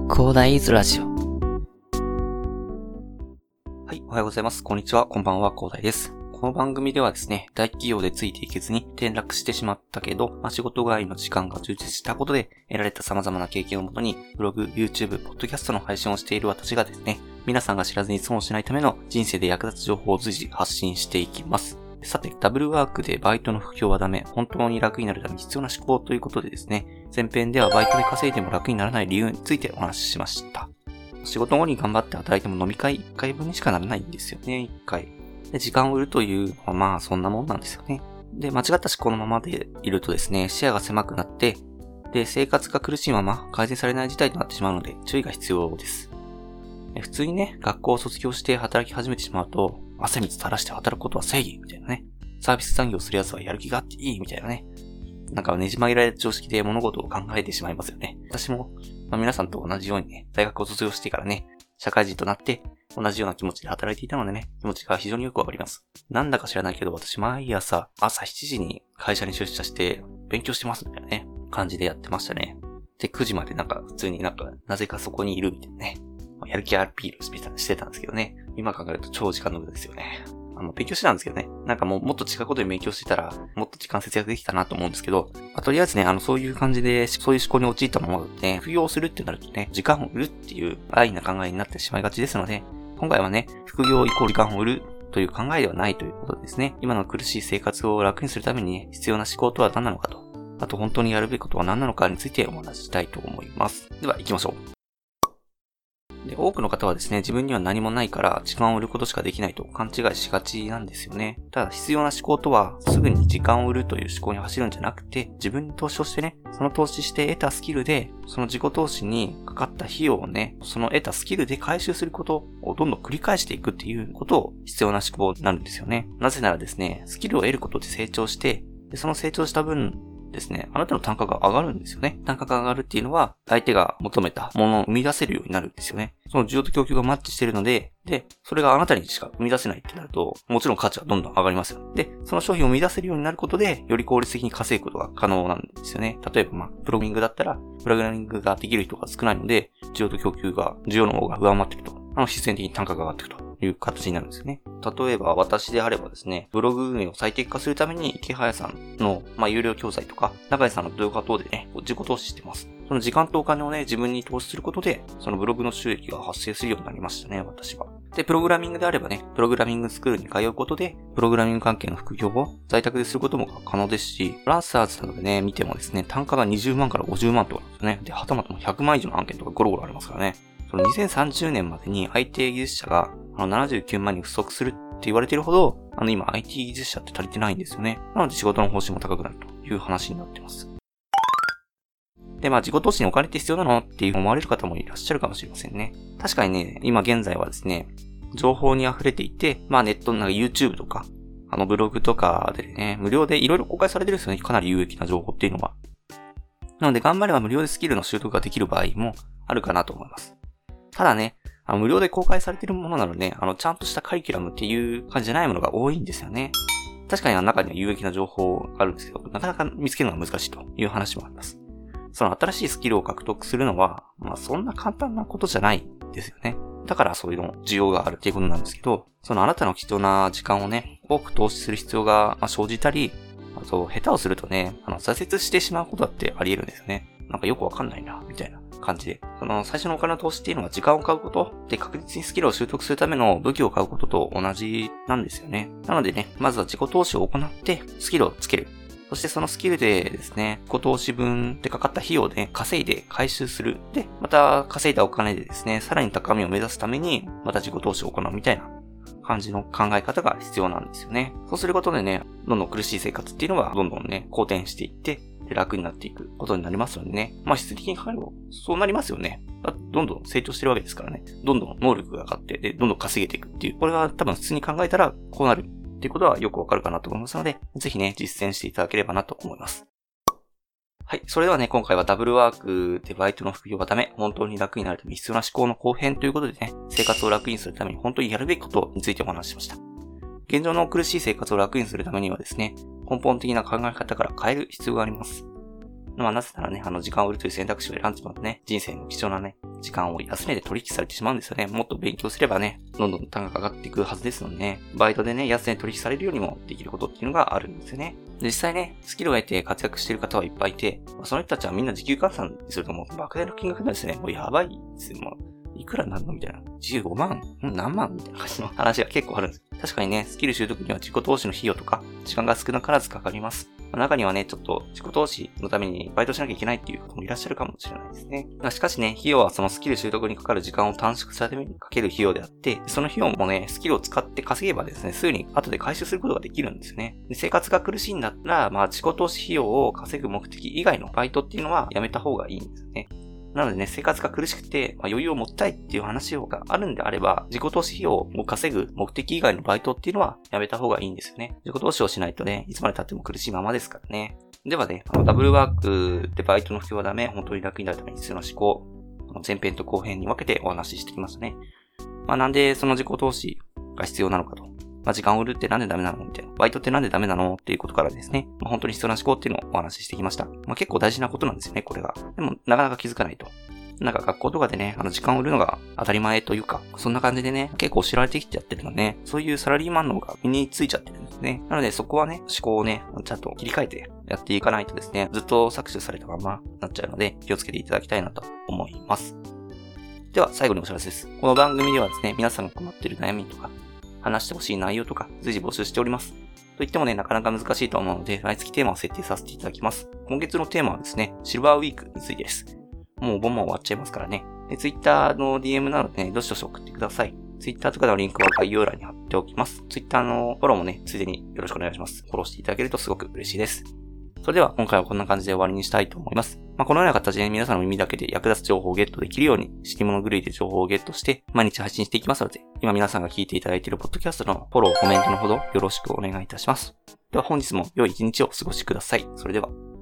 広大イズラジオ。 はい、おはようございます。こんにちは。こんばんは、広大です。この番組ではですね、大企業でついていけずに転落してしまったけど、仕事帰りの時間が充実したことで得られた様々な経験をもとに、ブログ、YouTube、ポッドキャストの配信をしている私がですね、皆さんが知らずに損をしないための人生で役立つ情報を随時発信していきます。さて、ダブルワークでバイトの副業はダメ、本当に楽になるために必要な思考ということでですね、前編ではバイトで稼いでも楽にならない理由についてお話ししました。仕事後に頑張って働いても飲み会1回分にしかならないんですよね、1回。で、時間を売るというのはそんなもんなんですよね。で、間違った思考のままでいるとですね、視野が狭くなって、で、生活が苦しいまま改善されない事態となってしまうので注意が必要です。普通にね、学校を卒業して働き始めてしまうと、汗水垂らして働くことは正義みたいなね。サービス残業するやつはやる気があっていいみたいなね。なんかねじ曲げられた常識で物事を考えてしまいますよね。私も、皆さんと同じようにね、大学を卒業してからね、社会人となって同じような気持ちで働いていたのでね、気持ちが非常によくわかります。なんだか知らないけど私毎朝7時に会社に出社して勉強してますみたいなね、感じでやってましたね。で、9時まで普通になぜかそこにいるみたいなね。やる気アピールしてたんですけどね。今考えると超時間の無駄ですよね。勉強してたんですけどね。もっと違うことで勉強してたら、もっと時間節約できたなと思うんですけど、とりあえずね、そういう感じで、そういう思考に陥ったままでね、副業をするってなるとね、時間を売るっていう安易な考えになってしまいがちですので、今回はね、副業イコール時間を売るという考えではないということですね。今の苦しい生活を楽にするためにね、必要な思考とは何なのかと、あと本当にやるべきことは何なのかについてお話ししたいと思います。では行きましょう。で、多くの方はですね、自分には何もないから時間を売ることしかできないと勘違いしがちなんですよね。ただ必要な思考とは、すぐに時間を売るという思考に走るんじゃなくて、自分に投資をしてね、その投資して得たスキルで、その自己投資にかかった費用をね、その得たスキルで回収することをどんどん繰り返していくっていうことを必要な思考になるんですよね。なぜならですね、スキルを得ることで成長して、でその成長した分、ですね、あなたの単価が上がるんですよね。単価が上がるっていうのは、相手が求めたものを生み出せるようになるんですよね。その需要と供給がマッチしているので、それがあなたにしか生み出せないってなると、もちろん価値はどんどん上がりますよ。で、その商品を生み出せるようになることで、より効率的に稼ぐことが可能なんですよね。例えばプログラミングだったら、プログラミングができる人が少ないので、需要の方が上回っていくと。必然的に単価が上がっていくという形になるんですよね。例えば私であればですね、ブログ運営を最適化するために、池早さんの、有料教材とか、中井さんの動画等でね、自己投資してます。その時間とお金をね、自分に投資することで、そのブログの収益が発生するようになりましたね、私は。で、プログラミングであればね、プログラミングスクールに通うことで、プログラミング関係の副業を在宅ですることも可能ですし、フランサーズなどでね、見てもですね、単価が20万から50万とかなんですよね。で、はたまた100万以上の案件とかゴロゴロありますからね。その2030年までに IT 技術者が79万に不足するって言われているほど、今 IT 技術者って足りてないんですよね。なので仕事の報酬も高くなるという話になってます。で、自己投資にお金って必要なのって思われる方もいらっしゃるかもしれませんね。確かにね、今現在はですね、情報に溢れていて、ネットのYouTube とか、ブログとかでね、無料でいろいろ公開されてるんですよね。かなり有益な情報っていうのは。なので頑張れば無料でスキルの習得ができる場合もあるかなと思います。ただね、無料で公開されているものなので、ちゃんとしたカリキュラムっていう感じじゃないものが多いんですよね。確かに中には有益な情報があるんですけど、なかなか見つけるのが難しいという話もあります。その新しいスキルを獲得するのは、そんな簡単なことじゃないですよね。だからそういうの需要があるっていうことなんですけど、そのあなたの貴重な時間をね、多く投資する必要が生じたり、あと下手をするとね、挫折してしまうことだってあり得るんですよね。よくわかんないな、みたいな感じで。最初のお金の投資っていうのは時間を買うことで確実にスキルを習得するための武器を買うことと同じなんですよね。なのでね、まずは自己投資を行ってスキルをつける。そしてそのスキルでですね、自己投資分でかかった費用で、ね、稼いで回収する。で、また稼いだお金でですね、さらに高みを目指すために、また自己投資を行うみたいな感じの考え方が必要なんですよね。そうすることでね、どんどん苦しい生活っていうのがどんどんね、好転していって、で楽になっていくことになりますのでね。質的に考えればそうなりますよね。だってどんどん成長してるわけですからね。どんどん能力が上がって、で、どんどん稼げていくっていう。これは多分普通に考えたらこうなるっていうことはよくわかるかなと思いますので、ぜひね、実践していただければなと思います。はい。それではね、今回はダブルワークでバイトの副業がダメ、本当に楽になるために必要な思考の後編ということでね、生活を楽にするために本当にやるべきことについてお話ししました。現状の苦しい生活を楽にするためにはですね、根本的な考え方から変える必要があります。なぜならね、時間を売るという選択肢を選んでしまうとね、人生の貴重なね、 時間を安値で取引されてしまうんですよね。もっと勉強すればね、どんどん単価が上がっていくはずですのでね、バイトでね、安値で取引されるようにもできることっていうのがあるんですよね。実際ね、スキルを得て活躍している方はいっぱいいて、その人たちはみんな時給換算にするともう莫大な金額なんですね。もうやばいですよ。もういくらなんのみたいな。15万何万みたいな感じの話が結構あるんです。確かにね、スキル習得には自己投資の費用とか、時間が少なからずかかります。中にはね、ちょっと自己投資のためにバイトしなきゃいけないっていう方もいらっしゃるかもしれないですね。しかしね、費用はそのスキル習得にかかる時間を短縮するためにかける費用であって、その費用もね、スキルを使って稼げばですね、すぐに後で回収することができるんですよね。で生活が苦しいんだったら、自己投資費用を稼ぐ目的以外のバイトっていうのはやめた方がいいんですよね。なのでね、生活が苦しくて、余裕を持ちたいっていう話があるんであれば、自己投資費用を稼ぐ目的以外のバイトっていうのはやめた方がいいんですよね。自己投資をしないとね、いつまで経っても苦しいままですからね。ではね、ダブルワークでバイトの不況はダメ、本当に楽になるために必要な思考、前編と後編に分けてお話ししてきますね。なんでその自己投資が必要なのかと。時間を売るってなんでダメなのみたいな。バイトってなんでダメなのっていうことからですね。本当に必要な思考っていうのをお話ししてきました。結構大事なことなんですよね、これが。でも、なかなか気づかないと。なんか学校とかでね、時間を売るのが当たり前というか、そんな感じでね、結構知られてきちゃってるのね、そういうサラリーマンのが身についちゃってるんですね。なのでそこはね、思考をね、ちゃんと切り替えてやっていかないとですね、ずっと搾取されたままなっちゃうので、気をつけていただきたいなと思います。では、最後にお知らせです。この番組ではですね、皆さんが困っている悩みとか、話してほしい内容とか、随時募集しております。と言ってもね、なかなか難しいと思うので、毎月テーマを設定させていただきます。今月のテーマはですね、シルバーウィークについてです。もうお盆も終わっちゃいますからね。Twitter の DM なのでね、どしどし送ってください。Twitter とかのリンクは概要欄に貼っておきます。Twitter のフォローもね、ついでによろしくお願いします。フォローしていただけるとすごく嬉しいです。それでは今回はこんな感じで終わりにしたいと思います。このような形で皆さんの耳だけで役立つ情報をゲットできるように、シティモノ狂いで情報をゲットして、毎日配信していきますので、今皆さんが聞いていただいているポッドキャストのフォロー、コメントのほどよろしくお願いいたします。では本日も良い一日をお過ごしください。それでは。